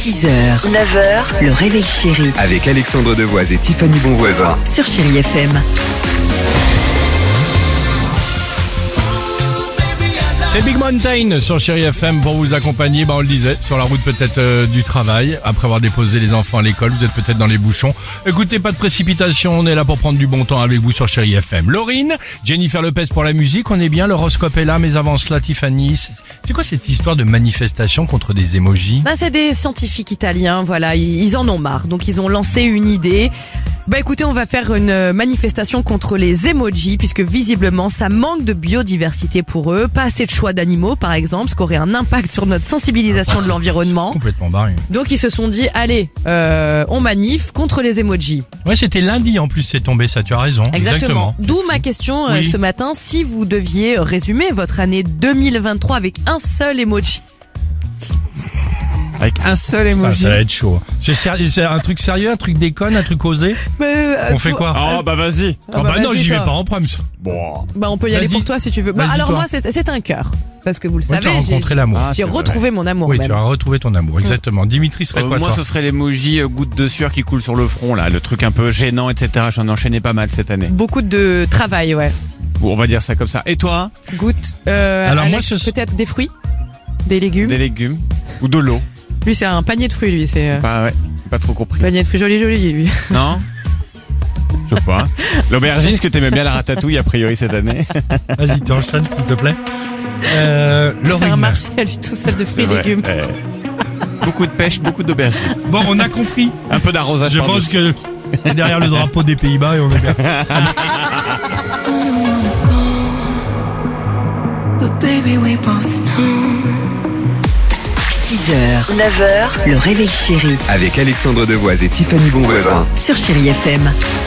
6h, 9h, le réveil chéri Avec Alexandre Devoise et Tiffany Bonvoisin. sur Chéri FM. C'est Big Mountain sur Chéri FM pour vous accompagner, on le disait, sur la route peut-être du travail, après avoir déposé les enfants à l'école, vous êtes peut-être dans les bouchons. Écoutez, pas de précipitation, on est là pour prendre du bon temps avec vous sur Chéri FM. Laurine, Jennifer Lopez pour la musique, on est bien, l'horoscope est là, mais avant cela, Tiffany, c'est quoi cette histoire de manifestation contre des emojis? C'est des scientifiques italiens, voilà, ils en ont marre, donc ils ont lancé une idée. Écoutez, on va faire une manifestation contre les emojis, puisque visiblement ça manque de biodiversité pour eux, pas assez de choix d'animaux par exemple, ce qui aurait un impact sur notre sensibilisation de l'environnement. Complètement barré. Donc ils se sont dit, allez, on manif contre les emojis. Ouais, c'était lundi en plus, c'est tombé, ça, tu as raison. Exactement. D'où ma question Oui. ce matin, si vous deviez résumer votre année 2023 avec un seul emoji. Avec un seul emoji. Ça va être chaud. C'est un truc sérieux, un truc déconne, un truc osé? On fait quoi? Oh bah vas-y. Non, vas-y, j'y vais toi. pas en prime. Bon. On peut y aller Vas-y. pour toi si tu veux. Vas-y, Alors toi. moi c'est un cœur, parce que vous le Ouais, savez, tu as rencontré l'amour. Ah, j'ai c'est retrouvé mon amour Oui, même. tu as retrouvé ton amour, exactement. Dimitri serait quoi, moi toi? ce serait l'emoji goutte de sueur qui coule sur le front là, le truc un peu gênant, etc. J'en enchaînais pas mal cette année. Beaucoup de travail, ouais. Bon, on va dire ça comme ça. Et toi? Goutte. Alors moi, Alex, peut-être des fruits, des légumes. Des légumes ou de l'eau? Lui c'est un panier de fruits, lui c'est Bah ouais, pas trop compris. panier de fruits joli lui. Non? Je sais pas. L'aubergine, est-ce que t'aimais bien la ratatouille a priori cette année? Vas-y, tu enchaînes, s'il te plaît. C'est un Laurine. marché à lui tout seul de fruits et Ouais, légumes. beaucoup de pêche, beaucoup d'aubergines. Bon, on a compris. Un peu d'arrosage. Je par-dessus. pense que c'est derrière le drapeau des Pays-Bas et on est bien. But baby, we both know. 6h, 9h, le réveil chéri Avec Alexandre Devoise et Tiffany Bonvoisin. sur Chéri FM.